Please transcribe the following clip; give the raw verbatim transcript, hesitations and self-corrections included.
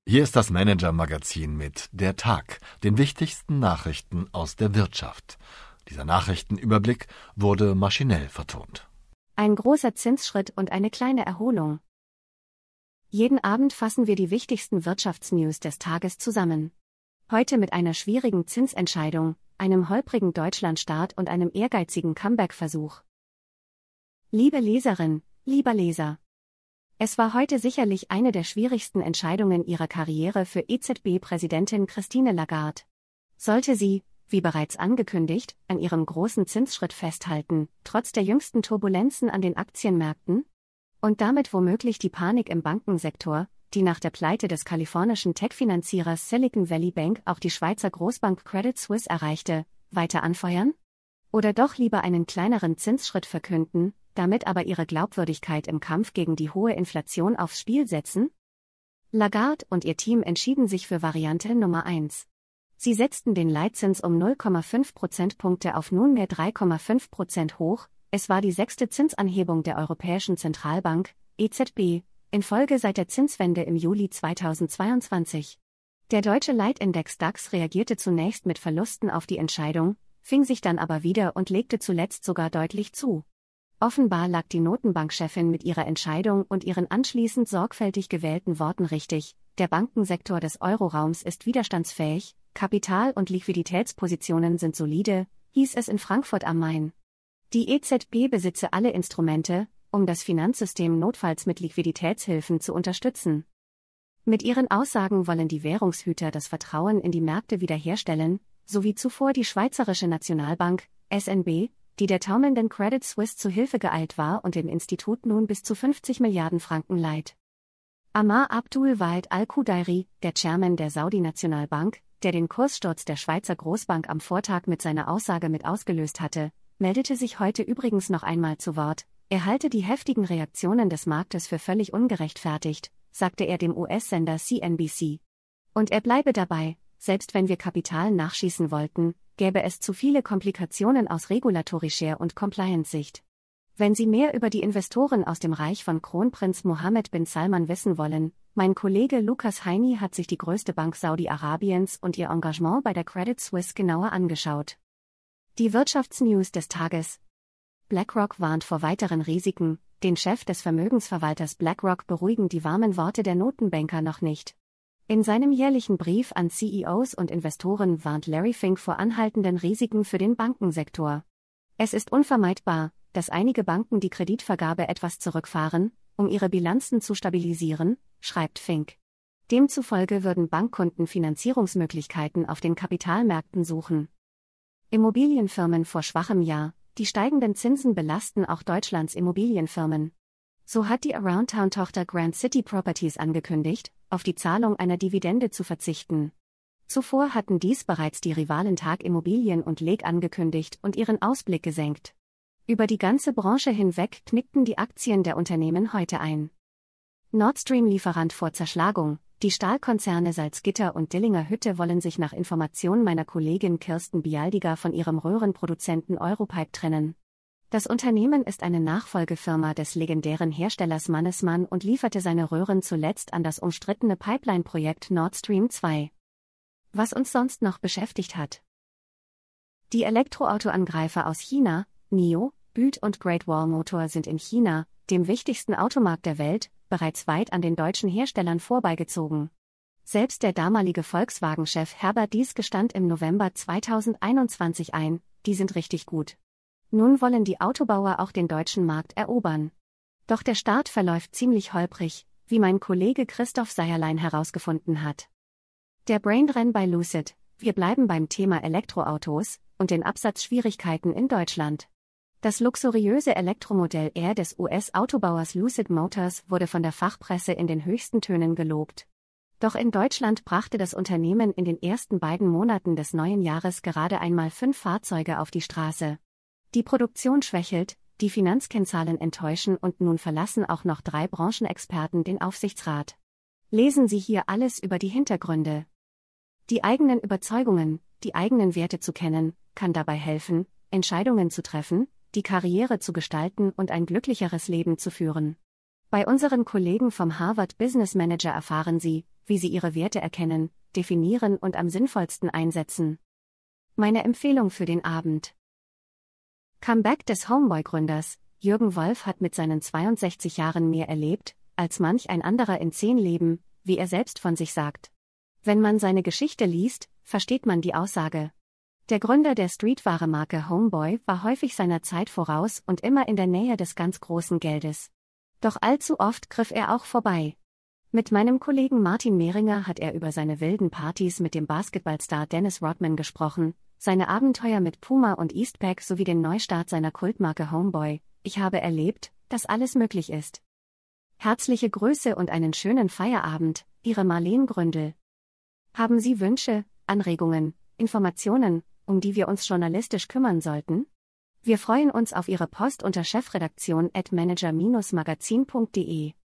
Hier ist das Manager-Magazin mit Der Tag, den wichtigsten Nachrichten aus der Wirtschaft. Dieser Nachrichtenüberblick wurde maschinell vertont. Ein großer Zinsschritt und eine kleine Erholung. Jeden Abend fassen wir die wichtigsten Wirtschaftsnews des Tages zusammen. Heute mit einer schwierigen Zinsentscheidung, einem holprigen Deutschlandstart und einem ehrgeizigen Comeback-Versuch. Liebe Leserin, lieber Leser. Es war heute sicherlich eine der schwierigsten Entscheidungen ihrer Karriere für E Z B-Präsidentin Christine Lagarde. Sollte sie, wie bereits angekündigt, an ihrem großen Zinsschritt festhalten, trotz der jüngsten Turbulenzen an den Aktienmärkten? Und damit womöglich die Panik im Bankensektor, die nach der Pleite des kalifornischen Tech-Finanzierers Silicon Valley Bank auch die Schweizer Großbank Credit Suisse erreichte, weiter anfeuern? Oder doch lieber einen kleineren Zinsschritt verkünden, damit aber ihre Glaubwürdigkeit im Kampf gegen die hohe Inflation aufs Spiel setzen? Lagarde und ihr Team entschieden sich für Variante Nummer eins. Sie setzten den Leitzins um null Komma fünf Prozentpunkte auf nunmehr drei Komma fünf Prozent hoch. Es war die sechste Zinsanhebung der Europäischen Zentralbank, E Z B, in Folge seit der Zinswende im Juli zweitausendzweiundzwanzig. Der deutsche Leitindex DAX reagierte zunächst mit Verlusten auf die Entscheidung, fing sich dann aber wieder und legte zuletzt sogar deutlich zu. Offenbar lag die Notenbankchefin mit ihrer Entscheidung und ihren anschließend sorgfältig gewählten Worten richtig: Der Bankensektor des Euroraums ist widerstandsfähig, Kapital- und Liquiditätspositionen sind solide, hieß es in Frankfurt am Main. Die E Z B besitze alle Instrumente, um das Finanzsystem notfalls mit Liquiditätshilfen zu unterstützen. Mit ihren Aussagen wollen die Währungshüter das Vertrauen in die Märkte wiederherstellen, so wie zuvor die Schweizerische Nationalbank, S N B, die der taumelnden Credit Suisse zu Hilfe geeilt war und dem Institut nun bis zu fünfzig Milliarden Franken leiht. Amar Abdul Wahid Al-Qudairi, der Chairman der Saudi-Nationalbank, der den Kurssturz der Schweizer Großbank am Vortag mit seiner Aussage mit ausgelöst hatte, meldete sich heute übrigens noch einmal zu Wort. Er halte die heftigen Reaktionen des Marktes für völlig ungerechtfertigt, sagte er dem U S-Sender C N B C. Und er bleibe dabei: Selbst wenn wir Kapital nachschießen wollten, gäbe es zu viele Komplikationen aus regulatorischer und Compliance-Sicht. Wenn Sie mehr über die Investoren aus dem Reich von Kronprinz Mohammed bin Salman wissen wollen, mein Kollege Lukas Heini hat sich die größte Bank Saudi-Arabiens und ihr Engagement bei der Credit Suisse genauer angeschaut. Die Wirtschaftsnews des Tages. BlackRock warnt vor weiteren Risiken. Den Chef des Vermögensverwalters BlackRock beruhigen die warmen Worte der Notenbanker noch nicht. In seinem jährlichen Brief an C E Os und Investoren warnt Larry Fink vor anhaltenden Risiken für den Bankensektor. Es ist unvermeidbar, dass einige Banken die Kreditvergabe etwas zurückfahren, um ihre Bilanzen zu stabilisieren, schreibt Fink. Demzufolge würden Bankkunden Finanzierungsmöglichkeiten auf den Kapitalmärkten suchen. Immobilienfirmen vor schwachem Jahr. Die steigenden Zinsen belasten auch Deutschlands Immobilienfirmen. So hat die Aroundtown-Tochter Grand City Properties angekündigt, auf die Zahlung einer Dividende zu verzichten. Zuvor hatten dies bereits die Rivalen Tag Immobilien und Leg angekündigt und ihren Ausblick gesenkt. Über die ganze Branche hinweg knickten die Aktien der Unternehmen heute ein. Nord Stream-Lieferant vor Zerschlagung. Die Stahlkonzerne Salzgitter und Dillinger Hütte wollen sich nach Information meiner Kollegin Kirsten Bialdiger von ihrem Röhrenproduzenten Europipe trennen. Das Unternehmen ist eine Nachfolgefirma des legendären Herstellers Mannesmann und lieferte seine Röhren zuletzt an das umstrittene Pipeline-Projekt Nord Stream zwei. Was uns sonst noch beschäftigt hat. Die Elektroauto-Angreifer aus China, N I O, Büt und Great Wall Motor sind in China, dem wichtigsten Automarkt der Welt, bereits weit an den deutschen Herstellern vorbeigezogen. Selbst der damalige Volkswagen-Chef Herbert Diess gestand im November zweitausendeinundzwanzig ein, die sind richtig gut. Nun wollen die Autobauer auch den deutschen Markt erobern. Doch der Start verläuft ziemlich holprig, wie mein Kollege Christoph Seierlein herausgefunden hat. Der Braindrain bei Lucid. Wir bleiben beim Thema Elektroautos und den Absatzschwierigkeiten in Deutschland. Das luxuriöse Elektromodell R des U S-Autobauers Lucid Motors wurde von der Fachpresse in den höchsten Tönen gelobt. Doch in Deutschland brachte das Unternehmen in den ersten beiden Monaten des neuen Jahres gerade einmal fünf Fahrzeuge auf die Straße. Die Produktion schwächelt, die Finanzkennzahlen enttäuschen und nun verlassen auch noch drei Branchenexperten den Aufsichtsrat. Lesen Sie hier alles über die Hintergründe. Die eigenen Überzeugungen, die eigenen Werte zu kennen, kann dabei helfen, Entscheidungen zu treffen, die Karriere zu gestalten und ein glücklicheres Leben zu führen. Bei unseren Kollegen vom Harvard Business Manager erfahren Sie, wie sie ihre Werte erkennen, definieren und am sinnvollsten einsetzen. Meine Empfehlung für den Abend. Comeback des Homeboy-Gründers. Jürgen Wolf hat mit seinen zweiundsechzig Jahren mehr erlebt, als manch ein anderer in zehn Leben, wie er selbst von sich sagt. Wenn man seine Geschichte liest, versteht man die Aussage. Der Gründer der Streetware-Marke Homeboy war häufig seiner Zeit voraus und immer in der Nähe des ganz großen Geldes. Doch allzu oft griff er auch vorbei. Mit meinem Kollegen Martin Mehringer hat er über seine wilden Partys mit dem Basketballstar Dennis Rodman gesprochen, seine Abenteuer mit Puma und Eastpak sowie den Neustart seiner Kultmarke Homeboy. Ich habe erlebt, dass alles möglich ist. Herzliche Grüße und einen schönen Feierabend, Ihre Marleen Gründel. Haben Sie Wünsche, Anregungen, Informationen, um die wir uns journalistisch kümmern sollten? Wir freuen uns auf Ihre Post unter chefredaktion at manager Bindestrich magazin punkt de.